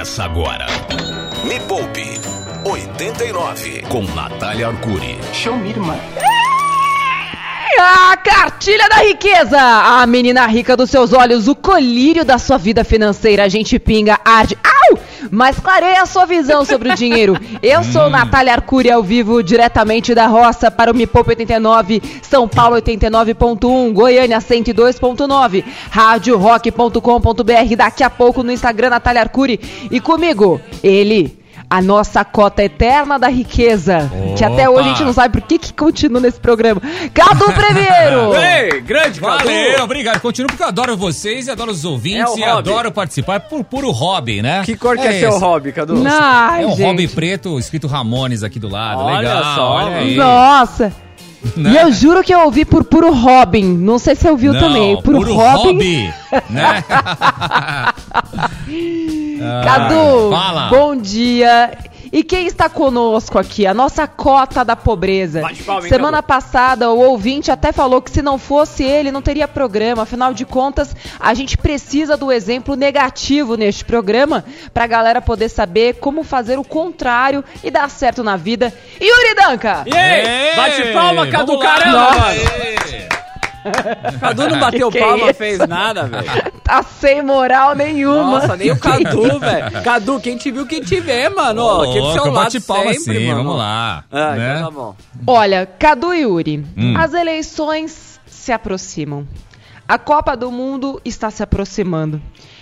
Começa agora. Me Poupe 89 com Natália Arcuri. Show me, irmã. A cartilha da riqueza, a menina rica dos seus olhos, o colírio da sua vida financeira. A gente pinga, arde, mas clareia a sua visão sobre o dinheiro. Eu sou Natália Arcuri, ao vivo, diretamente da roça para o Me Poupe 89, São Paulo 89.1, Goiânia 102.9, radiorock.com.br. Daqui a pouco no Instagram, Natália Arcuri. E comigo, ele... a nossa cota eterna da riqueza. Opa. Que até hoje a gente não sabe por que continua nesse programa. Cadu Primeiro! Ei, grande Cadu! Valeu, obrigado. Continuo porque eu adoro vocês, adoro os ouvintes e adoro participar por puro hobby, né? Que cor que é seu hobby, Cadu? Não, é um hobby preto, escrito Ramones aqui do lado. Olha legal, só, olha aí. Nossa! Né? E eu juro que eu ouvi por puro Robin. Não sei se você ouviu também. Puro Robin. Né? Cadu, fala. Bom dia. E quem está conosco aqui? A nossa cota da pobreza. Semana passada, o ouvinte até falou que se não fosse ele, não teria programa. Afinal de contas, a gente precisa do exemplo negativo neste programa para a galera poder saber como fazer o contrário e dar certo na vida. Yuri Danca! E aí? Bate palma, Cadu, caramba! Cadu não bateu palma, fez nada, velho. Tá sem moral nenhuma. Nossa, nem o Cadu, velho. Cadu, quem te viu, quem te vê, mano. Aqui do seu lado bate palma sempre, sim, mano. Vamos lá. Né? Então tá bom. Olha, Cadu e Yuri, as eleições se aproximam. A Copa do Mundo está se aproximando.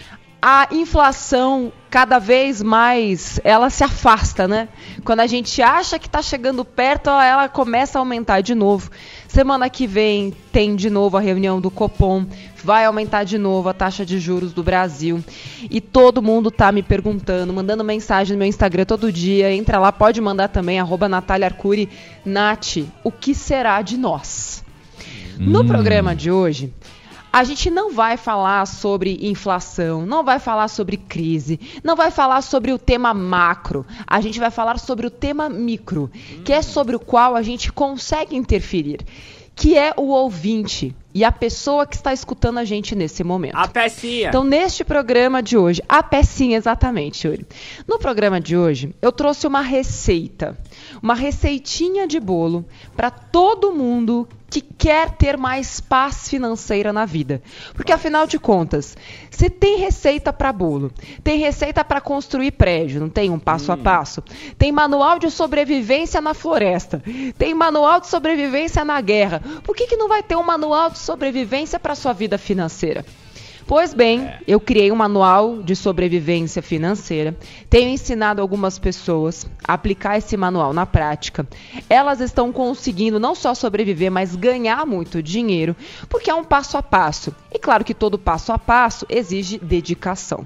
A inflação, cada vez mais, ela se afasta, né? Quando a gente acha que tá chegando perto, ela começa a aumentar de novo. Semana que vem tem de novo a reunião do Copom, vai aumentar de novo a taxa de juros do Brasil. E todo mundo tá me perguntando, mandando mensagem no meu Instagram todo dia. Entra lá, pode mandar também, @Natália Arcuri. Nath, o que será de nós? No programa de hoje... a gente não vai falar sobre inflação, não vai falar sobre crise, não vai falar sobre o tema macro. A gente vai falar sobre o tema micro, que é sobre o qual a gente consegue interferir, que é o ouvinte e a pessoa que está escutando a gente nesse momento. A pecinha. Então, neste programa de hoje, a pecinha, exatamente, Yuri. No programa de hoje, eu trouxe uma receita, uma receitinha de bolo para todo mundo que quer ter mais paz financeira na vida. Porque, afinal de contas, se tem receita para bolo, tem receita para construir prédio, não tem um passo a passo, tem manual de sobrevivência na floresta, tem manual de sobrevivência na guerra, por que não vai ter um manual de sobrevivência para a sua vida financeira? Pois bem, eu criei um manual de sobrevivência financeira, tenho ensinado algumas pessoas a aplicar esse manual na prática. Elas estão conseguindo não só sobreviver, mas ganhar muito dinheiro, porque é um passo a passo. E claro que todo passo a passo exige dedicação.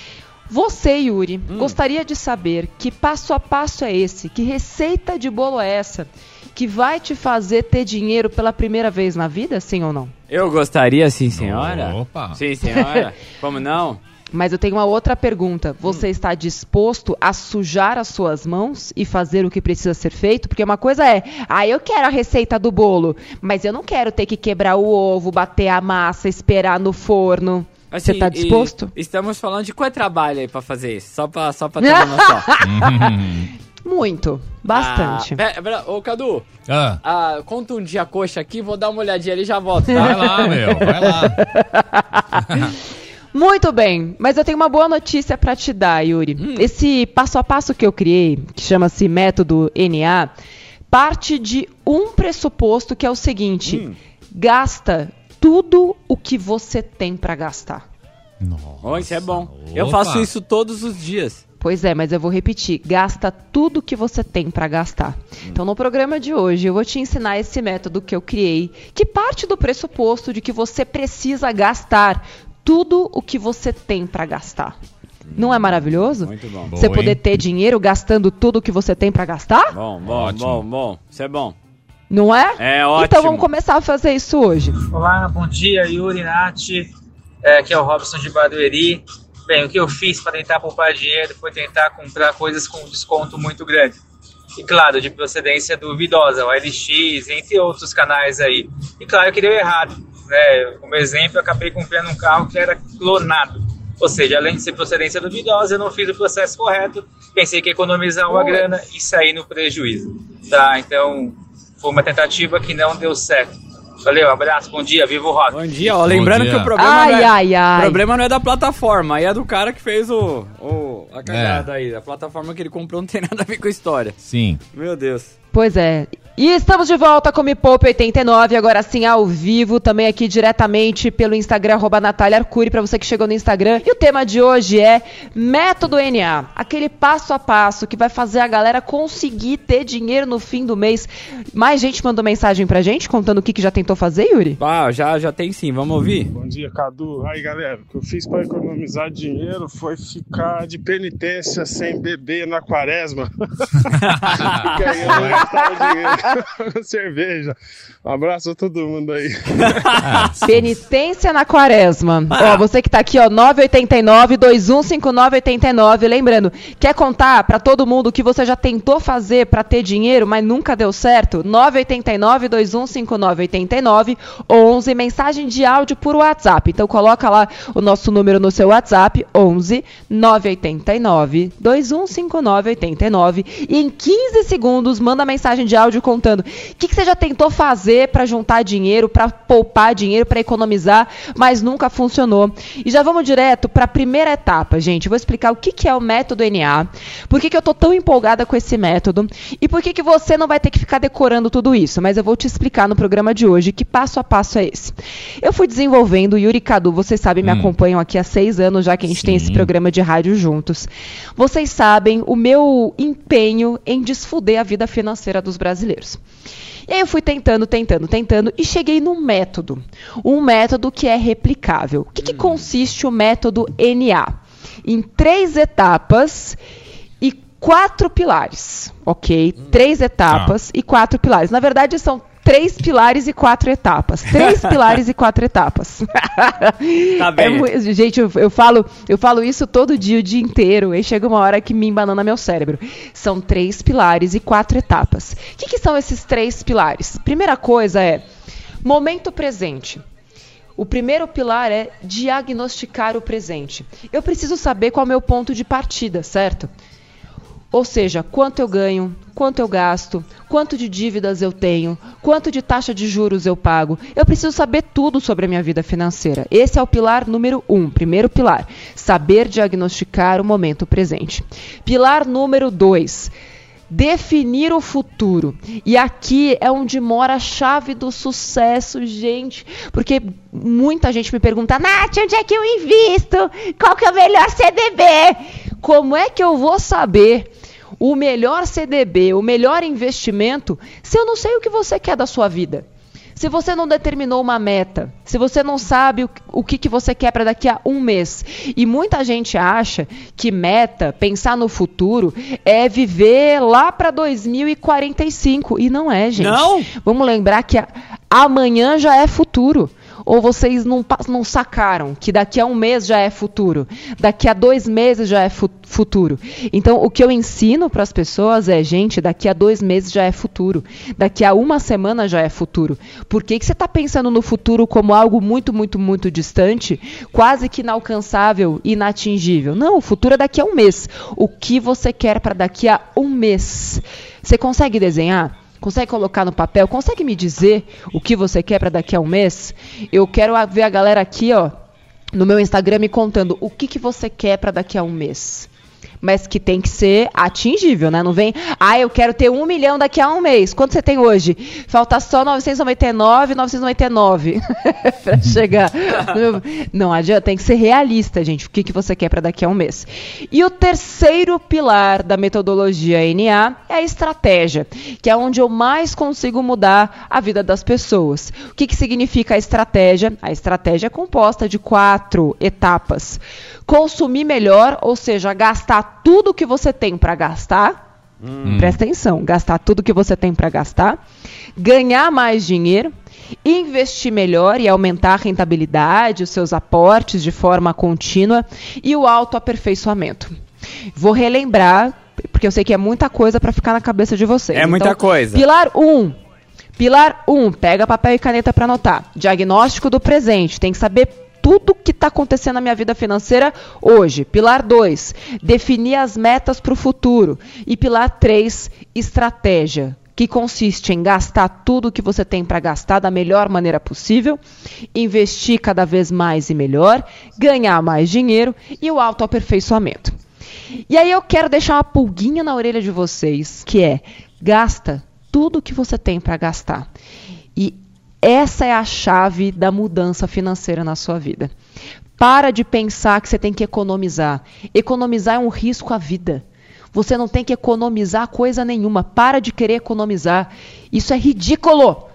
Você, Yuri, gostaria de saber que passo a passo é esse, que receita de bolo é essa, que vai te fazer ter dinheiro pela primeira vez na vida, sim ou não? Eu gostaria, sim, senhora. Opa. Sim, senhora. Como não? Mas eu tenho uma outra pergunta. Você está disposto a sujar as suas mãos e fazer o que precisa ser feito? Porque uma coisa é, eu quero a receita do bolo, mas eu não quero ter que quebrar o ovo, bater a massa, esperar no forno. Assim, você tá disposto? Estamos falando de qual é trabalho aí pra fazer isso? Só pra ter uma noção. Muito. Bastante. Ô, Cadu, conta um dia a coxa aqui, vou dar uma olhadinha ali e já volto, tá? Vai lá, meu, vai lá. Muito bem, mas eu tenho uma boa notícia pra te dar, Yuri. Esse passo a passo que eu criei, que chama-se método NA, parte de um pressuposto que é o seguinte: gasta tudo o que você tem pra gastar. Nossa, isso é bom. Eu faço isso todos os dias. Pois é, mas eu vou repetir. Gasta tudo que você tem para gastar. Então, no programa de hoje, eu vou te ensinar esse método que eu criei, que parte do pressuposto de que você precisa gastar tudo o que você tem para gastar. Não é maravilhoso? Muito bom. Você poder ter dinheiro gastando tudo o que você tem para gastar? Bom. Isso é bom. Não é? É ótimo. Então, vamos começar a fazer isso hoje. Olá, bom dia, Yuri, Nath. Aqui é o Robson de Barueri. Bem, o que eu fiz para tentar poupar dinheiro foi tentar comprar coisas com desconto muito grande. E claro, de procedência duvidosa, o LX, entre outros canais aí. E claro que deu errado, né? Como exemplo, eu acabei comprando um carro que era clonado. Ou seja, além de ser procedência duvidosa, eu não fiz o processo correto, pensei que ia economizar uma grana e saí no prejuízo. Tá, então foi uma tentativa que não deu certo. Valeu, abraço, bom dia, viva o rock. Bom dia, ó, lembrando que o problema não é da plataforma, aí é do cara que fez a cagada aí. A plataforma que ele comprou não tem nada a ver com a história. Sim. Meu Deus. Pois é. E estamos de volta com Me Poupe 89, agora sim ao vivo, também aqui diretamente pelo Instagram, @NataliaArcuri, para você que chegou no Instagram. E o tema de hoje é Método NA, aquele passo a passo que vai fazer a galera conseguir ter dinheiro no fim do mês. Mais gente mandou mensagem pra gente, contando o que já tentou fazer, Yuri? Já tem sim, vamos ouvir? Bom dia, Cadu. Aí, galera, o que eu fiz para economizar dinheiro foi ficar de penitência sem beber na quaresma. Porque aí eu não gastava dinheiro. Cerveja. Um abraço a todo mundo aí. Penitência na quaresma. Ó, você que tá aqui, ó, 989-215989. Lembrando, quer contar pra todo mundo o que você já tentou fazer pra ter dinheiro, mas nunca deu certo? 989-215989, 11, mensagem de áudio por WhatsApp. Então coloca lá o nosso número no seu WhatsApp, 11-989-215989, e em 15 segundos manda mensagem de áudio contando o que você já tentou fazer para juntar dinheiro, para poupar dinheiro, para economizar, mas nunca funcionou. E já vamos direto para a primeira etapa, gente. Eu vou explicar o que é o método NA, por que eu tô tão empolgada com esse método e por que você não vai ter que ficar decorando tudo isso, mas eu vou te explicar no programa de hoje que passo a passo é esse. Eu fui desenvolvendo, Yuri e Cadu, vocês sabem, me acompanham aqui há 6 anos, já que a gente tem esse programa de rádio juntos. Vocês sabem o meu empenho em desfuder a vida financeira dos brasileiros. E aí eu fui tentando e cheguei num método. Um método que é replicável. O que consiste o método NA? Em 3 etapas e 4 pilares, ok? 3 etapas e 4 pilares. Na verdade, são 3 pilares e 4 etapas. 3 pilares e 4 etapas. Tá bem. Gente, eu falo isso todo dia, o dia inteiro. E chega uma hora que me embanana meu cérebro. São 3 pilares e 4 etapas. O que são esses 3 pilares? Primeira coisa é momento presente. O primeiro pilar é diagnosticar o presente. Eu preciso saber qual é o meu ponto de partida, certo? Ou seja, quanto eu ganho, quanto eu gasto, quanto de dívidas eu tenho, quanto de taxa de juros eu pago. Eu preciso saber tudo sobre a minha vida financeira. Esse é o pilar número 1, primeiro pilar. Saber diagnosticar o momento presente. Pilar número 2. Definir o futuro. E aqui é onde mora a chave do sucesso, gente. Porque muita gente me pergunta, Nath, onde é que eu invisto? Qual que é o melhor CDB? Como é que eu vou saber o melhor CDB, o melhor investimento, se eu não sei o que você quer da sua vida? Se você não determinou uma meta, se você não sabe o que você quer para daqui a um mês. E muita gente acha que meta, pensar no futuro, é viver lá para 2045. E não é, gente. Não? Vamos lembrar que amanhã já é futuro. Ou vocês não sacaram que daqui a um mês já é futuro, daqui a 2 meses já é futuro. Então, o que eu ensino para as pessoas é, gente, daqui a 2 meses já é futuro, daqui a 1 semana já é futuro. Por que você está pensando no futuro como algo muito, muito, muito distante, quase que inalcançável, inatingível? Não, o futuro é daqui a um mês. O que você quer para daqui a um mês? Você consegue desenhar? Consegue colocar no papel? Consegue me dizer o que você quer para daqui a um mês? Eu quero ver a galera aqui, ó, no meu Instagram me contando o que você quer para daqui a um mês. Mas que tem que ser atingível, né? Não vem, eu quero ter 1 milhão daqui a um mês. Quanto você tem hoje? Falta só 999 para chegar. Não adianta, tem que ser realista, gente. O que você quer para daqui a um mês? E o terceiro pilar da metodologia NA é a estratégia, que é onde eu mais consigo mudar a vida das pessoas. O que significa a estratégia? A estratégia é composta de 4 etapas. Consumir melhor, ou seja, gastar tudo que você tem para gastar. Presta atenção, gastar tudo que você tem para gastar. Ganhar mais dinheiro. Investir melhor e aumentar a rentabilidade, os seus aportes de forma contínua. E o autoaperfeiçoamento. Vou relembrar, porque eu sei que é muita coisa para ficar na cabeça de vocês. É muita coisa. Pilar 1, pega papel e caneta para anotar. Diagnóstico do presente, tem que saber tudo que está acontecendo na minha vida financeira hoje. Pilar 2, definir as metas para o futuro. E pilar 3, estratégia, que consiste em gastar tudo que você tem para gastar da melhor maneira possível, investir cada vez mais e melhor, ganhar mais dinheiro e o autoaperfeiçoamento. E aí eu quero deixar uma pulguinha na orelha de vocês, que é, gasta tudo que você tem para gastar. E essa é a chave da mudança financeira na sua vida. Para de pensar que você tem que economizar. Economizar é um risco à vida. Você não tem que economizar coisa nenhuma. Para de querer economizar. Isso é ridículo.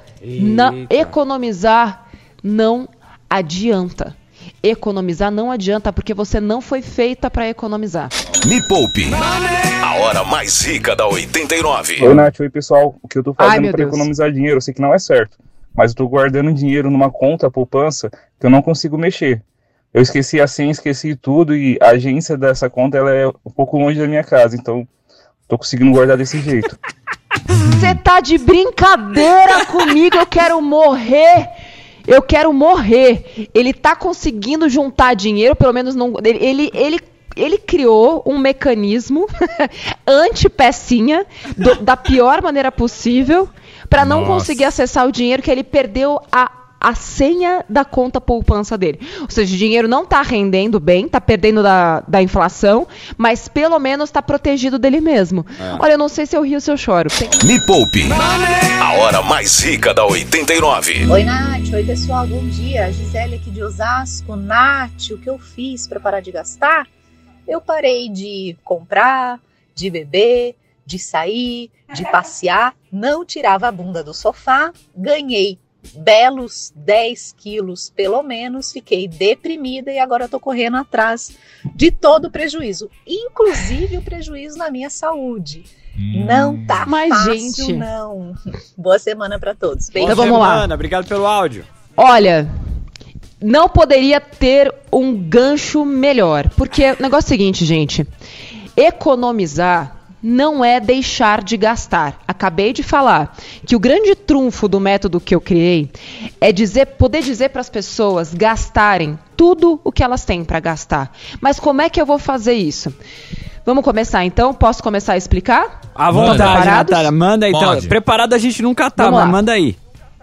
Economizar não adianta. Economizar não adianta porque você não foi feita para economizar. Me Poupe. A hora mais rica da 89. Oi, Nath. Oi, pessoal. O que eu tô fazendo para economizar dinheiro, eu sei que não é certo. Mas eu tô guardando dinheiro numa conta poupança que eu não consigo mexer. Eu esqueci a senha, esqueci tudo e a agência dessa conta ela é um pouco longe da minha casa, então tô conseguindo guardar desse jeito. Você tá de brincadeira comigo, eu quero morrer. Eu quero morrer. Ele tá conseguindo juntar dinheiro, pelo menos não. Ele criou um mecanismo anti-pecinha da pior maneira possível para não conseguir acessar o dinheiro que ele perdeu a senha da conta poupança dele. Ou seja, o dinheiro não está rendendo bem, está perdendo da inflação, mas pelo menos está protegido dele mesmo. Olha, eu não sei se eu rio ou se eu choro. Me Poupe. A hora mais rica da 89. Oi, Nath. Oi, pessoal. Bom dia. Gisele aqui de Osasco. Nath, o que eu fiz para parar de gastar? Eu parei de comprar, de beber, de sair, de passear, não tirava a bunda do sofá, ganhei belos 10 quilos pelo menos, fiquei deprimida e agora estou correndo atrás de todo o prejuízo, inclusive o prejuízo na minha saúde. Não tá fácil, gente, não. Boa semana para todos. Então vamos lá. Obrigado pelo áudio. Olha, não poderia ter um gancho melhor, porque o negócio é o seguinte, gente, economizar não é deixar de gastar. Acabei de falar que o grande trunfo do método que eu criei é poder dizer para as pessoas gastarem tudo o que elas têm para gastar. Mas como é que eu vou fazer isso? Vamos começar então? Posso começar a explicar? À vontade, Natália. Manda aí. Então. Preparado a gente nunca tá, mas manda aí.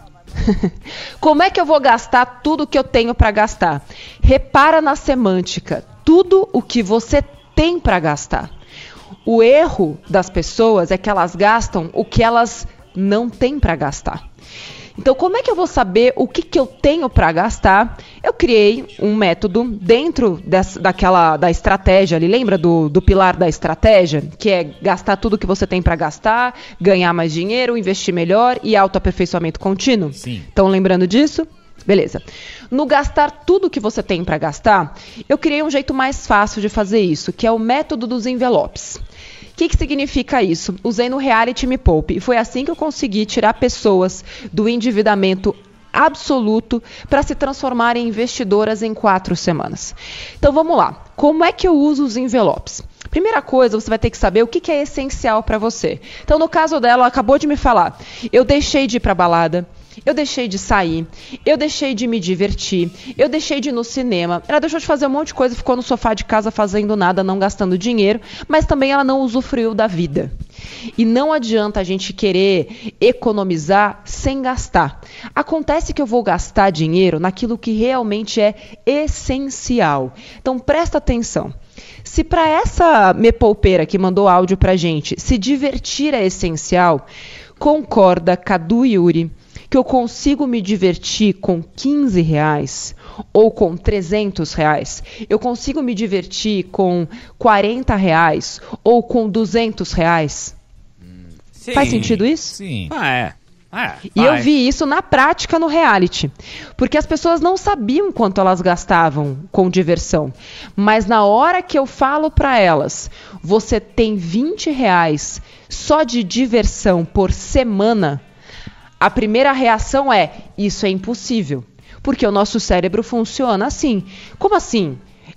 Como é que eu vou gastar tudo o que eu tenho para gastar? Repara na semântica. Tudo o que você tem para gastar. O erro das pessoas é que elas gastam o que elas não têm para gastar. Então, como é que eu vou saber o que eu tenho para gastar? Eu criei um método dentro da estratégia ali. Lembra do pilar da estratégia? Que é gastar tudo que você tem para gastar, ganhar mais dinheiro, investir melhor e autoaperfeiçoamento contínuo? Sim. Estão lembrando disso? Beleza. No gastar tudo que você tem para gastar, eu criei um jeito mais fácil de fazer isso, que é o método dos envelopes. O que significa isso? Usei no reality Me Poupe e foi assim que eu consegui tirar pessoas do endividamento absoluto para se transformarem em investidoras em 4 semanas. Então vamos lá. Como é que eu uso os envelopes? Primeira coisa, você vai ter que saber o que é essencial para você. Então no caso dela, ela acabou de me falar, eu deixei de ir para balada, eu deixei de sair, eu deixei de me divertir, eu deixei de ir no cinema. Ela deixou de fazer um monte de coisa, ficou no sofá de casa fazendo nada, não gastando dinheiro, mas também ela não usufruiu da vida. E não adianta a gente querer economizar sem gastar. Acontece que eu vou gastar dinheiro naquilo que realmente é essencial. Então presta atenção. Se para essa me poupeira que mandou áudio pra gente, se divertir é essencial, concorda Cadu e Yuri que eu consigo me divertir com R$15 ou com R$300, eu consigo me divertir com R$40 ou com R$200? Sim. Faz sentido isso? Sim. E eu vi isso na prática no reality, porque as pessoas não sabiam quanto elas gastavam com diversão, mas na hora que eu falo para elas, você tem R$20 só de diversão por semana, a primeira reação é, isso é impossível, porque o nosso cérebro funciona assim. Como assim?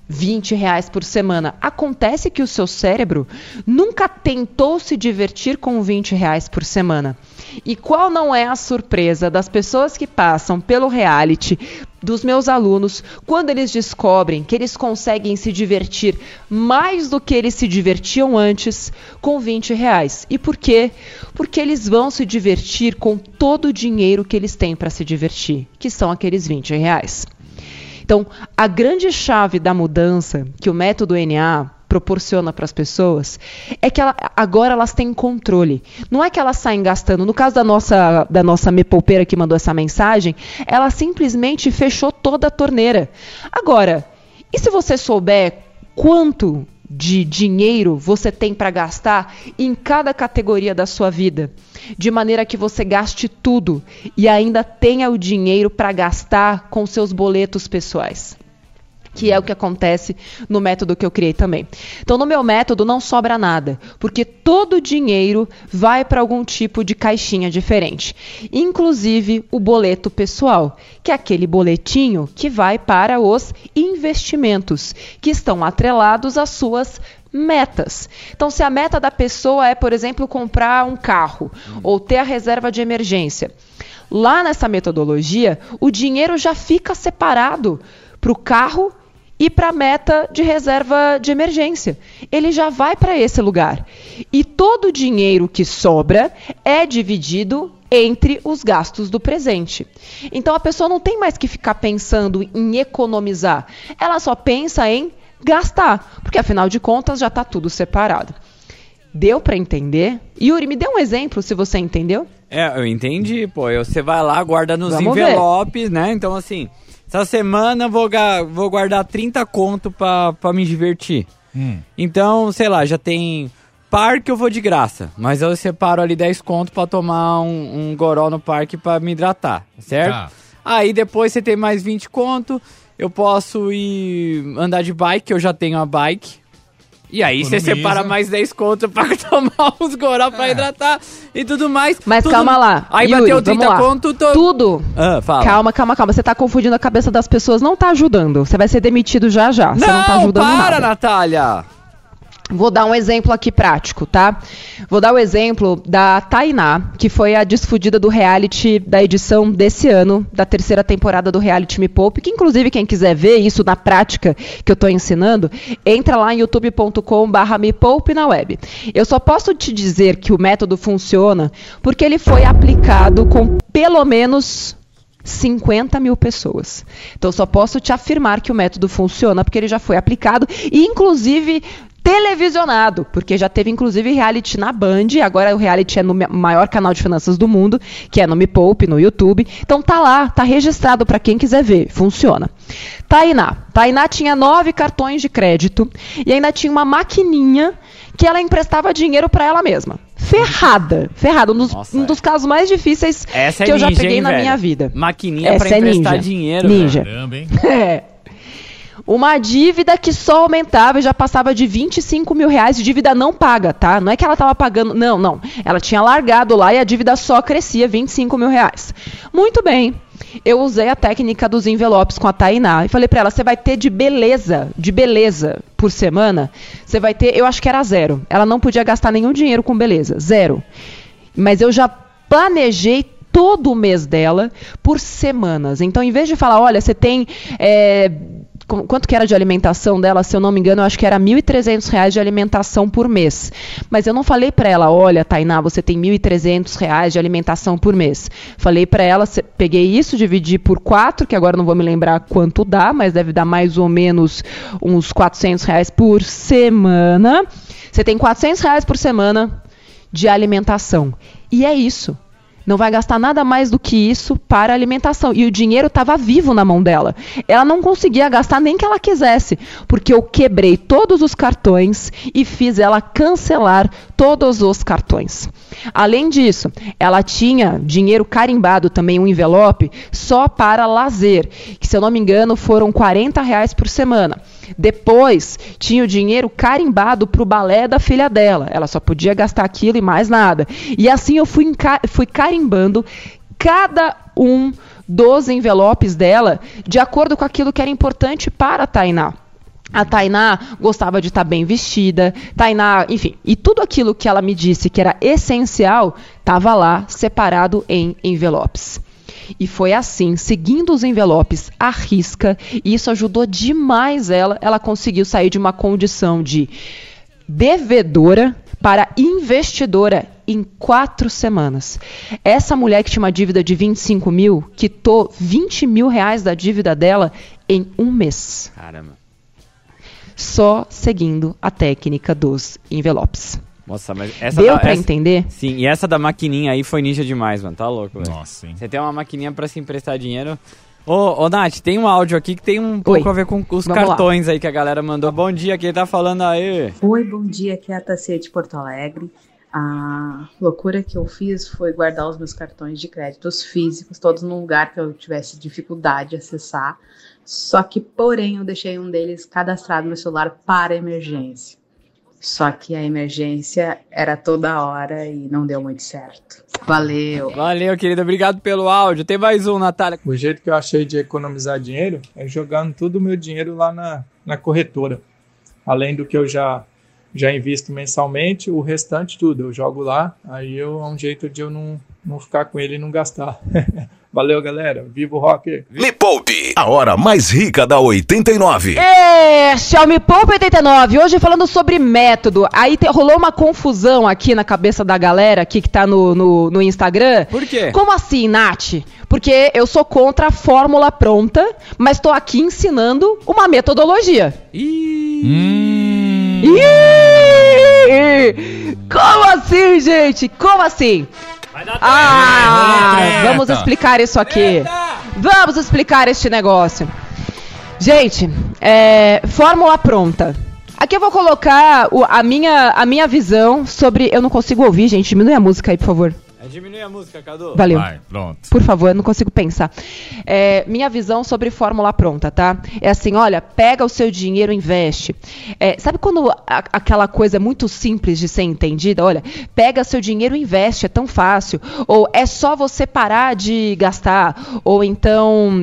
R$20 por semana. Acontece que o seu cérebro nunca tentou se divertir com R$20 por semana. E qual não é a surpresa das pessoas que passam pelo reality, dos meus alunos, quando eles descobrem que eles conseguem se divertir mais do que eles se divertiam antes com R$20. E por quê? Porque eles vão se divertir com todo o dinheiro que eles têm para se divertir, que são aqueles R$20. Então, a grande chave da mudança que o método NA proporciona para as pessoas é que agora elas têm controle. Não é que elas saem gastando. No caso da nossa mepoupeira que mandou essa mensagem, ela simplesmente fechou toda a torneira. Agora, e se você souber quanto de dinheiro você tem para gastar em cada categoria da sua vida, de maneira que você gaste tudo e ainda tenha o dinheiro para gastar com seus boletos pessoais? Que é o que acontece no método que eu criei também. Então, no meu método não sobra nada, porque todo o dinheiro vai para algum tipo de caixinha diferente, inclusive o boleto pessoal, que é aquele boletinho que vai para os investimentos, que estão atrelados às suas metas. Então, se a meta da pessoa é, por exemplo, comprar um carro ou ter a reserva de emergência, lá nessa metodologia, o dinheiro já fica separado para o carro e para a meta de reserva de emergência. Ele já vai para esse lugar. E todo o dinheiro que sobra é dividido entre os gastos do presente. Então, a pessoa não tem mais que ficar pensando em economizar. Ela só pensa em gastar, porque, afinal de contas, já está tudo separado. Deu para entender? Yuri, me dê um exemplo, se você entendeu. Eu entendi. Você vai lá, guarda nos envelopes, né? Então, assim... Essa semana vou guardar 30 conto pra me divertir. Então, sei lá, já tem parque, eu vou de graça. Mas eu separo ali 10 conto pra tomar um goró no parque pra me hidratar, certo? Tá. Aí depois você tem mais 20 conto, eu posso ir andar de bike, eu já tenho a bike. E aí você separa mais 10 conto pra tomar uns goró pra hidratar e tudo mais. Mas tudo... calma lá. Aí Yuri, bateu 30 conto... Tudo. Fala. Calma. Você tá confundindo a cabeça das pessoas. Não tá ajudando. Você vai ser demitido já. Você não tá ajudando nada. Natália. Vou dar um exemplo aqui prático, tá? Vou dar o exemplo da Tainá, que foi a desfudida do reality da edição desse ano, da 3ª temporada do reality Me Poupe, que inclusive quem quiser ver isso na prática que eu tô ensinando, entra lá em youtube.com/Me Poupe na web. Eu só posso te dizer que o método funciona porque ele foi aplicado com pelo menos 50 mil pessoas. Então, só posso te afirmar que o método funciona porque ele já foi aplicado e, inclusive, televisionado, porque já teve inclusive reality na Band, agora o reality é no maior canal de finanças do mundo, que é no Me Poupe, no YouTube. Então tá lá, tá registrado para quem quiser ver, funciona. Tainá tinha 9 cartões de crédito e ainda tinha uma maquininha que ela emprestava dinheiro para ela mesma. Ferrada. Um dos casos mais difíceis que eu já peguei na minha vida. Maquininha para emprestar dinheiro. Ninja. Caramba, hein? Uma dívida que só aumentava e já passava de 25 mil reais de dívida não paga, tá? Não é que ela estava pagando, não. Ela tinha largado lá e a dívida só crescia 25 mil reais. Muito bem. Eu usei a técnica dos envelopes com a Tainá e falei pra ela, você vai ter de beleza por semana, você vai ter, eu acho que era 0. Ela não podia gastar nenhum dinheiro com beleza, 0. Mas eu já planejei todo o mês dela por semanas. Então, em vez de falar, olha, você tem... quanto que era de alimentação dela, se eu não me engano, eu acho que era R$1.300 de alimentação por mês. Mas eu não falei para ela, olha, Tainá, você tem R$1.300 de alimentação por mês. Falei para ela, peguei isso, dividi por 4, que agora não vou me lembrar quanto dá, mas deve dar mais ou menos uns R$400 por semana. Você tem R$400 por semana de alimentação. E é isso. Não vai gastar nada mais do que isso para alimentação. E o dinheiro estava vivo na mão dela. Ela não conseguia gastar nem que ela quisesse, porque eu quebrei todos os cartões e fiz ela cancelar todos os cartões. Além disso, ela tinha dinheiro carimbado também, um envelope, só para lazer, que se eu não me engano foram R$40 por semana. Depois, tinha o dinheiro carimbado para o balé da filha dela. Ela só podia gastar aquilo e mais nada. E assim eu fui carimbando cada um dos envelopes dela de acordo com aquilo que era importante para a Tainá. A Tainá gostava de estar bem vestida, Tainá, enfim, e tudo aquilo que ela me disse que era essencial, estava lá separado em envelopes. E foi assim, seguindo os envelopes à risca, e isso ajudou demais ela conseguiu sair de uma condição de devedora para investidora em 4 semanas. Essa mulher que tinha uma dívida de 25 mil, quitou 20 mil reais da dívida dela em 1 mês. Caramba. Só seguindo a técnica dos envelopes. Nossa, mas essa deu pra entender? Sim, e essa da maquininha aí foi ninja demais, mano. Tá louco, velho. Nossa, sim. Você tem uma maquininha pra se emprestar dinheiro. Ô, Nath, tem um áudio aqui que tem um pouco a ver com os cartões aí que a galera mandou. Bom dia, quem tá falando aí? Oi, bom dia, aqui é a Tassia de Porto Alegre. A loucura que eu fiz foi guardar os meus cartões de créditos físicos, todos num lugar que eu tivesse dificuldade de acessar. Só que, porém, eu deixei um deles cadastrado no celular para emergência. Só que a emergência era toda hora e não deu muito certo. Valeu. Valeu, querida. Obrigado pelo áudio. Tem mais um, Natália. O jeito que eu achei de economizar dinheiro é jogando todo o meu dinheiro lá na corretora. Além do que eu já invisto mensalmente, o restante tudo eu jogo lá. Aí é um jeito de eu não ficar com ele e não gastar. Valeu, galera. Viva o rock. Me Poupe, a hora mais rica da 89. Este é o Me Poupe 89. Hoje falando sobre método. Aí rolou uma confusão aqui na cabeça da galera aqui que tá no Instagram. Por quê? Como assim, Nath? Porque eu sou contra a fórmula pronta, mas tô aqui ensinando uma metodologia. Como assim, gente? Como assim? Vamos explicar isso aqui. Vamos explicar este negócio. Gente, fórmula pronta. Aqui eu vou colocar a minha visão sobre... Eu não consigo ouvir, gente. Diminui a música aí, por favor. Diminui a música, Cadu. Valeu. Vai, pronto. Por favor, eu não consigo pensar. Minha visão sobre fórmula pronta, tá? É assim, olha, pega o seu dinheiro e investe. Sabe quando aquela coisa é muito simples de ser entendida? Olha, pega seu dinheiro e investe, é tão fácil. Ou é só você parar de gastar. Ou então,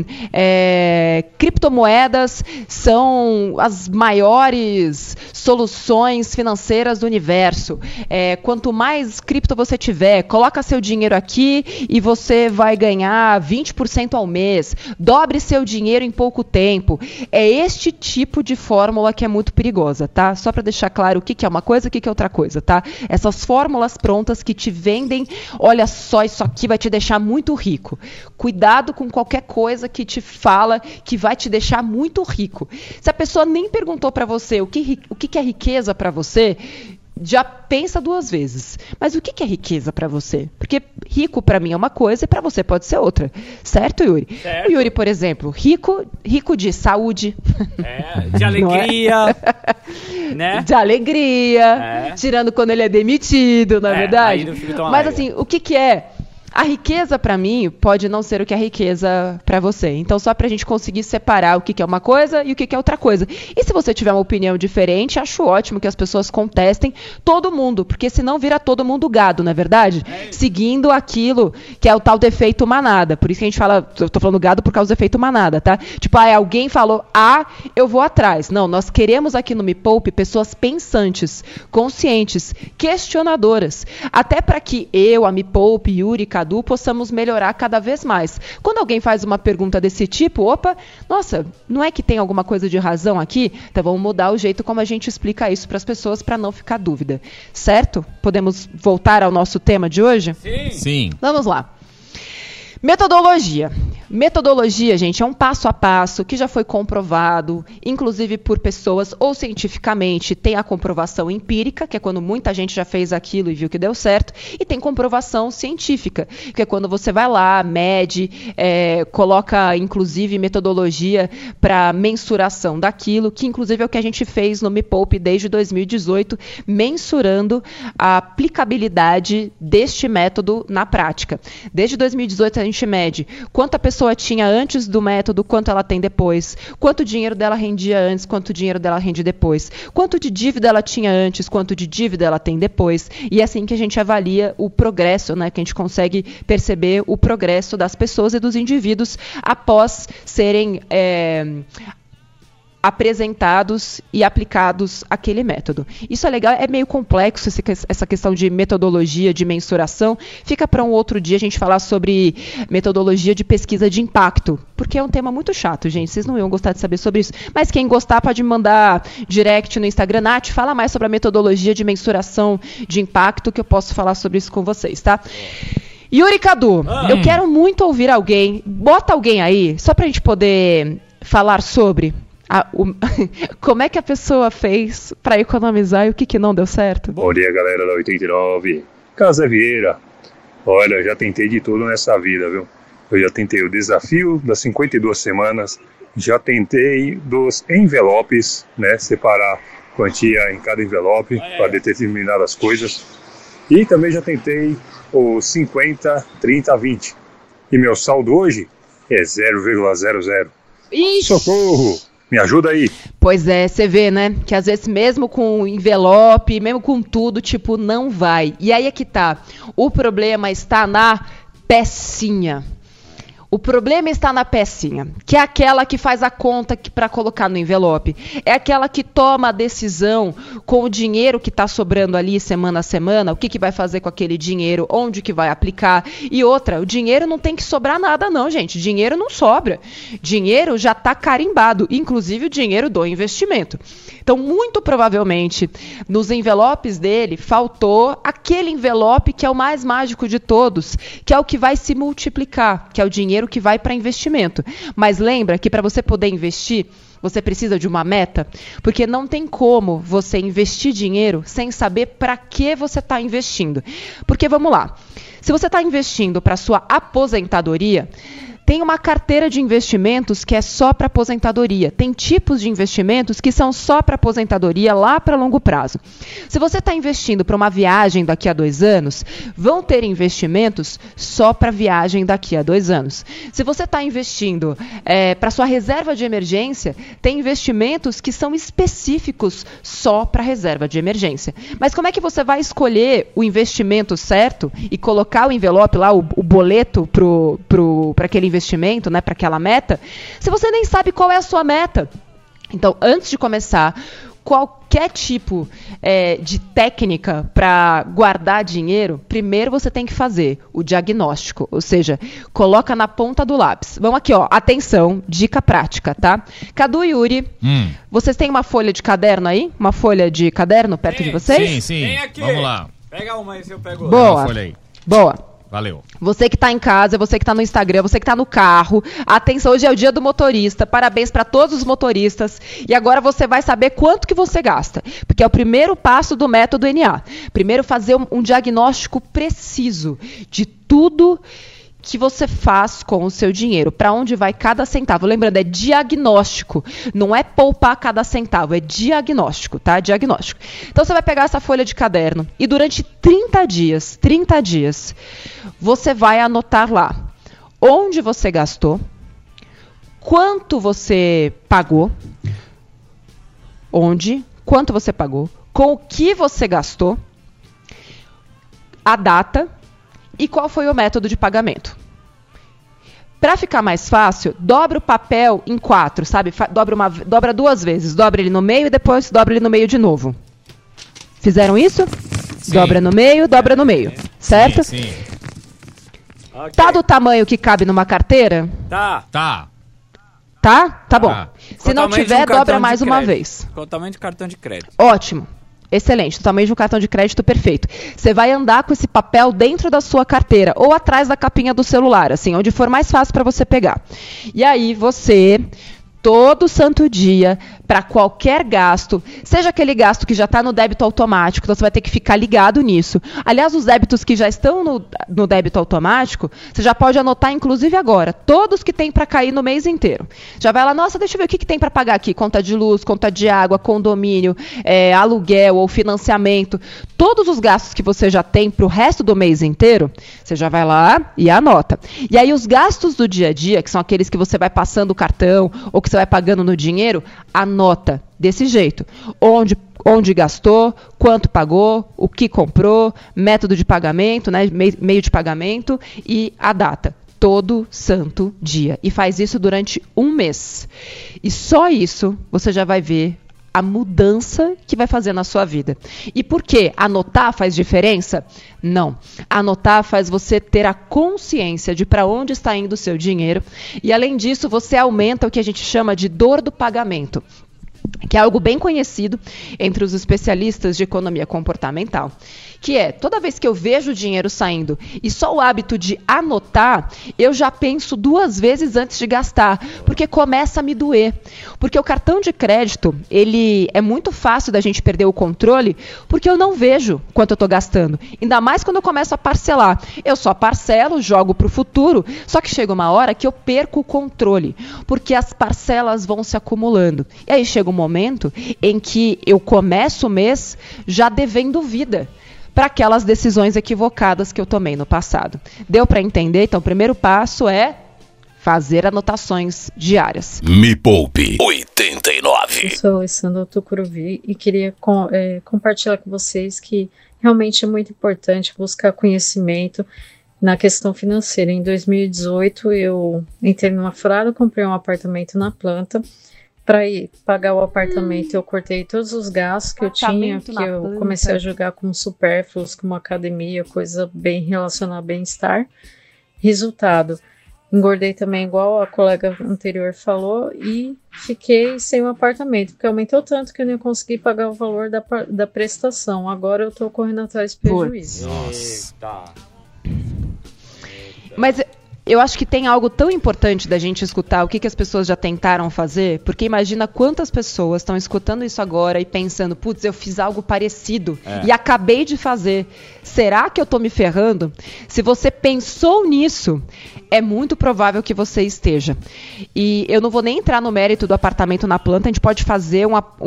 criptomoedas são as maiores soluções financeiras do universo. Quanto mais cripto você tiver, coloca seu dinheiro aqui e você vai ganhar 20% ao mês. Dobre seu dinheiro em pouco tempo. É este tipo de fórmula que é muito perigosa, tá? Só para deixar claro o que é uma coisa e o que é outra coisa, tá? Essas fórmulas prontas que te vendem, olha só, isso aqui vai te deixar muito rico. Cuidado com qualquer coisa que te fala que vai te deixar muito rico. Se a pessoa nem perguntou para você o que é riqueza para você, já pensa 2 vezes. Mas o que é riqueza para você? Porque rico para mim é uma coisa e para você pode ser outra. Certo, Yuri? Certo. O Yuri, por exemplo, rico de saúde. De alegria. Né? De alegria. Tirando quando ele é demitido, na verdade. Aí não fica tão Mas alegre. assim, o que é? A riqueza, para mim, pode não ser o que é riqueza para você. Então, só pra gente conseguir separar o que é uma coisa e o que é outra coisa. E se você tiver uma opinião diferente, acho ótimo que as pessoas contestem todo mundo, porque senão vira todo mundo gado, não é verdade? Seguindo aquilo que é o tal do efeito manada. Por isso que a gente fala, eu tô falando gado por causa do efeito manada, tá? Tipo, alguém falou A, eu vou atrás. Não, nós queremos aqui no Me Poupe pessoas pensantes, conscientes, questionadoras. Até para que eu, a Me Poupe, Yuri, Cadu, possamos melhorar cada vez mais. Quando alguém faz uma pergunta desse tipo, opa, nossa, não é que tem alguma coisa de razão aqui? Então vamos mudar o jeito como a gente explica isso para as pessoas para não ficar dúvida. Certo? Podemos voltar ao nosso tema de hoje? Sim. Vamos lá. Metodologia. Metodologia, gente, é um passo a passo que já foi comprovado, inclusive por pessoas ou cientificamente. Tem a comprovação empírica, que é quando muita gente já fez aquilo e viu que deu certo, e tem comprovação científica, que é quando você vai lá, mede, coloca inclusive metodologia para mensuração daquilo, que inclusive é o que a gente fez no Me Poupe desde 2018, mensurando a aplicabilidade deste método na prática. Desde 2018 a gente mede quanto a pessoa tinha antes do método, quanto ela tem depois, quanto dinheiro dela rendia antes, quanto dinheiro dela rende depois, quanto de dívida ela tinha antes, quanto de dívida ela tem depois, e é assim que a gente avalia o progresso, né, que a gente consegue perceber o progresso das pessoas e dos indivíduos após serem apresentados e aplicados aquele método. Isso é legal, é meio complexo essa questão de metodologia, de mensuração. Fica para um outro dia a gente falar sobre metodologia de pesquisa de impacto, porque é um tema muito chato, gente. Vocês não iam gostar de saber sobre isso. Mas quem gostar pode me mandar direct no Instagram. Nath, fala mais sobre a metodologia de mensuração de impacto, que eu posso falar sobre isso com vocês, tá? Yuri Cadu, eu quero muito ouvir alguém. Bota alguém aí, só para a gente poder falar sobre como é que a pessoa fez para economizar e o que não deu certo. Bom dia, galera da 89. Casa Vieira. Olha, já tentei de tudo nessa vida, viu? Eu já tentei o desafio das 52 semanas, já tentei dos envelopes, né? Separar quantia em cada envelope para determinadas coisas. E também já tentei o 50, 30, 20. E meu saldo hoje é 0,00. Socorro! Me ajuda aí. Pois é, você vê, né? Que às vezes mesmo com envelope, mesmo com tudo, tipo, não vai. E aí é que tá. O problema está na pecinha. O problema está na pecinha, que é aquela que faz a conta para colocar no envelope. É aquela que toma a decisão com o dinheiro que está sobrando ali semana a semana, o que vai fazer com aquele dinheiro, onde que vai aplicar. E outra, o dinheiro não tem que sobrar nada não, gente. Dinheiro não sobra. Dinheiro já está carimbado, inclusive o dinheiro do investimento. Então, muito provavelmente, nos envelopes dele, faltou aquele envelope que é o mais mágico de todos, que é o que vai se multiplicar, que é o dinheiro que vai para investimento. Mas lembra que para você poder investir, você precisa de uma meta, porque não tem como você investir dinheiro sem saber para que você está investindo. Porque, vamos lá, se você está investindo para sua aposentadoria, tem uma carteira de investimentos que é só para aposentadoria. Tem tipos de investimentos que são só para aposentadoria lá para longo prazo. Se você está investindo para uma viagem daqui a 2 anos, vão ter investimentos só para viagem daqui a 2 anos. Se você está investindo para sua reserva de emergência, tem investimentos que são específicos só para reserva de emergência. Mas como é que você vai escolher o investimento certo e colocar o envelope lá, o boleto para aquele investimento, né, para aquela meta, se você nem sabe qual é a sua meta? Então, antes de começar qualquer tipo de técnica para guardar dinheiro, primeiro você tem que fazer o diagnóstico, ou seja, coloca na ponta do lápis. Vamos aqui, ó, atenção, dica prática, tá? Cadu e Yuri, vocês têm uma folha de caderno aí? Uma folha de caderno perto de vocês? Sim. Vem aqui. Vamos lá. Pega uma aí se eu pego. Boa. Folha aí. Boa. Valeu. Você que está em casa, você que está no Instagram, você que está no carro, atenção, hoje é o dia do motorista, parabéns para todos os motoristas, e agora você vai saber quanto que você gasta, porque é o primeiro passo do método NA. Primeiro fazer um diagnóstico preciso de tudo que você faz com o seu dinheiro, para onde vai cada centavo. Lembrando, é diagnóstico, não é poupar cada centavo, é diagnóstico, tá? Diagnóstico. Então você vai pegar essa folha de caderno e durante 30 dias, você vai anotar lá onde você gastou, quanto você pagou, quanto você pagou, com o que você gastou, a data e qual foi o método de pagamento. Para ficar mais fácil, dobra o papel em 4, sabe? Dobra 2 vezes. Dobra ele no meio e depois dobra ele no meio de novo. Fizeram isso? Sim. Dobra no meio, certo? Sim. Okay. Tá do tamanho que cabe numa carteira? Tá. Tá? Tá bom. Se não tiver, dobra mais uma vez. Com o tamanho de cartão de crédito. Ótimo. Excelente, o tamanho de um cartão de crédito perfeito. Você vai andar com esse papel dentro da sua carteira ou atrás da capinha do celular, assim, onde for mais fácil para você pegar. E aí você, todo santo dia, para qualquer gasto, seja aquele gasto que já está no débito automático, então você vai ter que ficar ligado nisso. Aliás, os débitos que já estão no débito automático, você já pode anotar, inclusive agora, todos que tem para cair no mês inteiro. Já vai lá, nossa, deixa eu ver o que tem para pagar aqui, conta de luz, conta de água, condomínio, aluguel ou financiamento, todos os gastos que você já tem para o resto do mês inteiro, você já vai lá e anota. E aí os gastos do dia a dia, que são aqueles que você vai passando o cartão ou que você vai pagando no dinheiro, anota desse jeito. Onde gastou, quanto pagou, o que comprou, método de pagamento, né, meio de pagamento e a data. todo santo dia. E faz isso durante 1 mês. E só isso você já vai ver a mudança que vai fazer na sua vida. E por quê? Anotar faz diferença? Não. Anotar faz você ter a consciência de para onde está indo o seu dinheiro. E além disso, você aumenta o que a gente chama de dor do pagamento, que é algo bem conhecido entre os especialistas de economia comportamental, que é, toda vez que eu vejo o dinheiro saindo e só o hábito de anotar, eu já penso 2 vezes antes de gastar, porque começa a me doer. Porque o cartão de crédito, ele é muito fácil da gente perder o controle, porque eu não vejo quanto eu estou gastando. Ainda mais quando eu começo a parcelar. Eu só parcelo, jogo para o futuro, só que chega uma hora que eu perco o controle, porque as parcelas vão se acumulando. E aí chega um momento em que eu começo o mês já devendo vida para aquelas decisões equivocadas que eu tomei no passado. Deu para entender? Então, o primeiro passo é fazer anotações diárias. Me Poupe 89. Eu sou Alessandra Tucuruvi e queria compartilhar com vocês que realmente é muito importante buscar conhecimento na questão financeira. Em 2018, eu entrei numa furada, comprei um apartamento na planta. Para ir pagar o apartamento, eu cortei todos os gastos que eu tinha, que eu comecei a jogar como supérfluos, como academia, coisa bem relacionada a bem-estar. Resultado, engordei também igual a colega anterior falou e fiquei sem o apartamento, porque aumentou tanto que eu não ia conseguir pagar o valor da prestação. Agora eu estou correndo atrás de prejuízo. Nossa. Mas eu acho que tem algo tão importante da gente escutar o que as pessoas já tentaram fazer, porque imagina quantas pessoas estão escutando isso agora e pensando, putz, eu fiz algo parecido e acabei de fazer. Será que eu tô me ferrando? Se você pensou nisso, é muito provável que você esteja. E eu não vou nem entrar no mérito do apartamento na planta, a gente pode fazer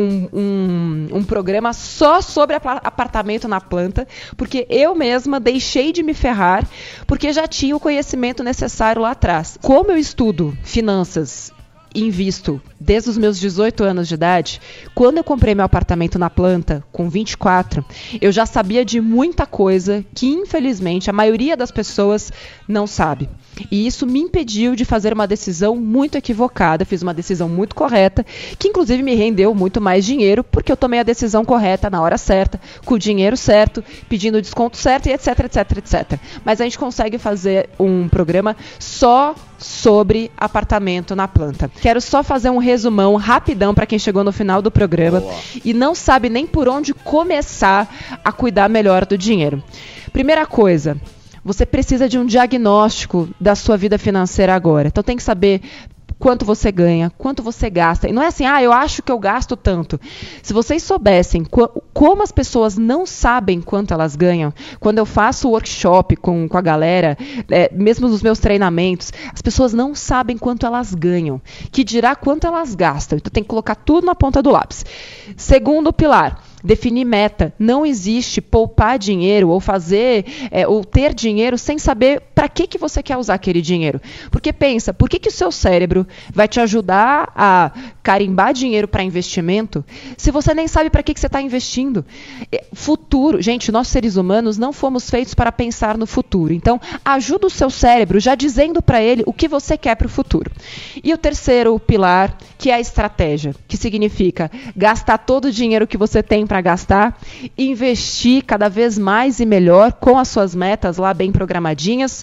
um programa só sobre apartamento na planta, porque eu mesma deixei de me ferrar, porque já tinha o conhecimento necessário lá atrás. Como eu estudo finanças e invisto desde os meus 18 anos de idade, quando eu comprei meu apartamento na planta, com 24, eu já sabia de muita coisa que, infelizmente, a maioria das pessoas não sabe. E isso me impediu de fazer uma decisão muito equivocada. Fiz uma decisão muito correta, que inclusive me rendeu muito mais dinheiro, porque eu tomei a decisão correta na hora certa, com o dinheiro certo, pedindo o desconto certo e etc, etc, etc. Mas a gente consegue fazer um programa só sobre apartamento na planta. Quero só fazer um resumão rapidão para quem chegou no final do programa e não sabe nem por onde começar a cuidar melhor do dinheiro. Primeira coisa, você precisa de um diagnóstico da sua vida financeira agora. Então tem que saber quanto você ganha, quanto você gasta. E não é assim, eu acho que eu gasto tanto. Se vocês soubessem como as pessoas não sabem quanto elas ganham, quando eu faço workshop com a galera, mesmo nos meus treinamentos, as pessoas não sabem quanto elas ganham, que dirá quanto elas gastam. Então tem que colocar tudo na ponta do lápis. Segundo pilar, definir meta. Não existe poupar dinheiro ou fazer ou ter dinheiro sem saber para que você quer usar aquele dinheiro. Porque pensa, por que o seu cérebro vai te ajudar a carimbar dinheiro para investimento se você nem sabe para que você está investindo? Futuro, gente, nós seres humanos não fomos feitos para pensar no futuro. Então, ajuda o seu cérebro já dizendo para ele o que você quer para o futuro. E o terceiro pilar, que é a estratégia, que significa gastar todo o dinheiro que você tem para gastar, investir cada vez mais e melhor com as suas metas lá bem programadinhas,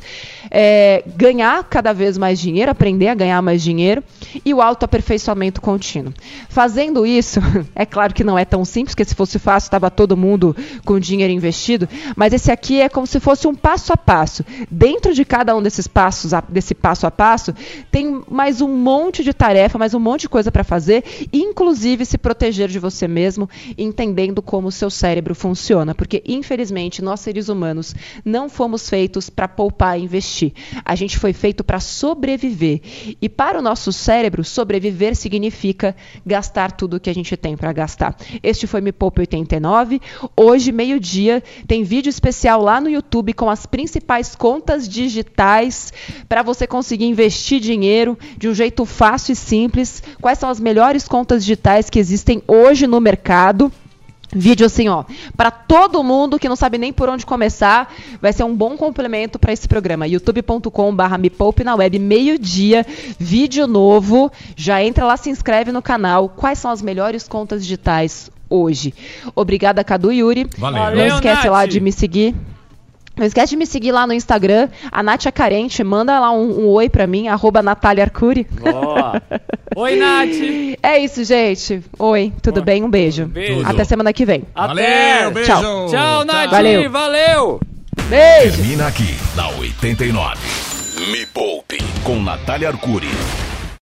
ganhar cada vez mais dinheiro, aprender a ganhar mais dinheiro e o autoaperfeiçoamento contínuo. Fazendo isso, é claro que não é tão simples, porque se fosse fácil estava todo mundo com dinheiro investido, mas esse aqui é como se fosse um passo a passo. Dentro de cada um desses passos, desse passo a passo, tem mais um monte de tarefa, mais um monte de coisa para fazer, inclusive se proteger de você mesmo, entendendo como o seu cérebro funciona, porque infelizmente nós seres humanos não fomos feitos para poupar e investir. A gente foi feito para sobreviver. E para o nosso cérebro, sobreviver significa gastar tudo que a gente tem para gastar. Este foi Me Poupe 89. Hoje, meio-dia, tem vídeo especial lá no YouTube com as principais contas digitais para você conseguir investir dinheiro de um jeito fácil e simples. Quais são as melhores contas digitais que existem hoje no mercado? Vídeo assim, ó, para todo mundo que não sabe nem por onde começar, vai ser um bom complemento para esse programa. youtube.com/me poupe na web, meio-dia, vídeo novo. Já entra lá, se inscreve no canal. Quais são as melhores contas digitais hoje? Obrigada, Cadu e Yuri. Valeu. Não esquece lá de me seguir. Não esquece de me seguir lá no Instagram, a Nath é carente, manda lá um oi pra mim, @NataliaArcuri. Boa. Oi, Nath. É isso, gente. Oi, tudo bem? Um beijo. Beijo. Até semana que vem. Valeu, beijo. Tchau. Tchau, Nath. Valeu. Valeu. Beijo. Termina aqui, na 89. Me Poupe, com Natália Arcuri.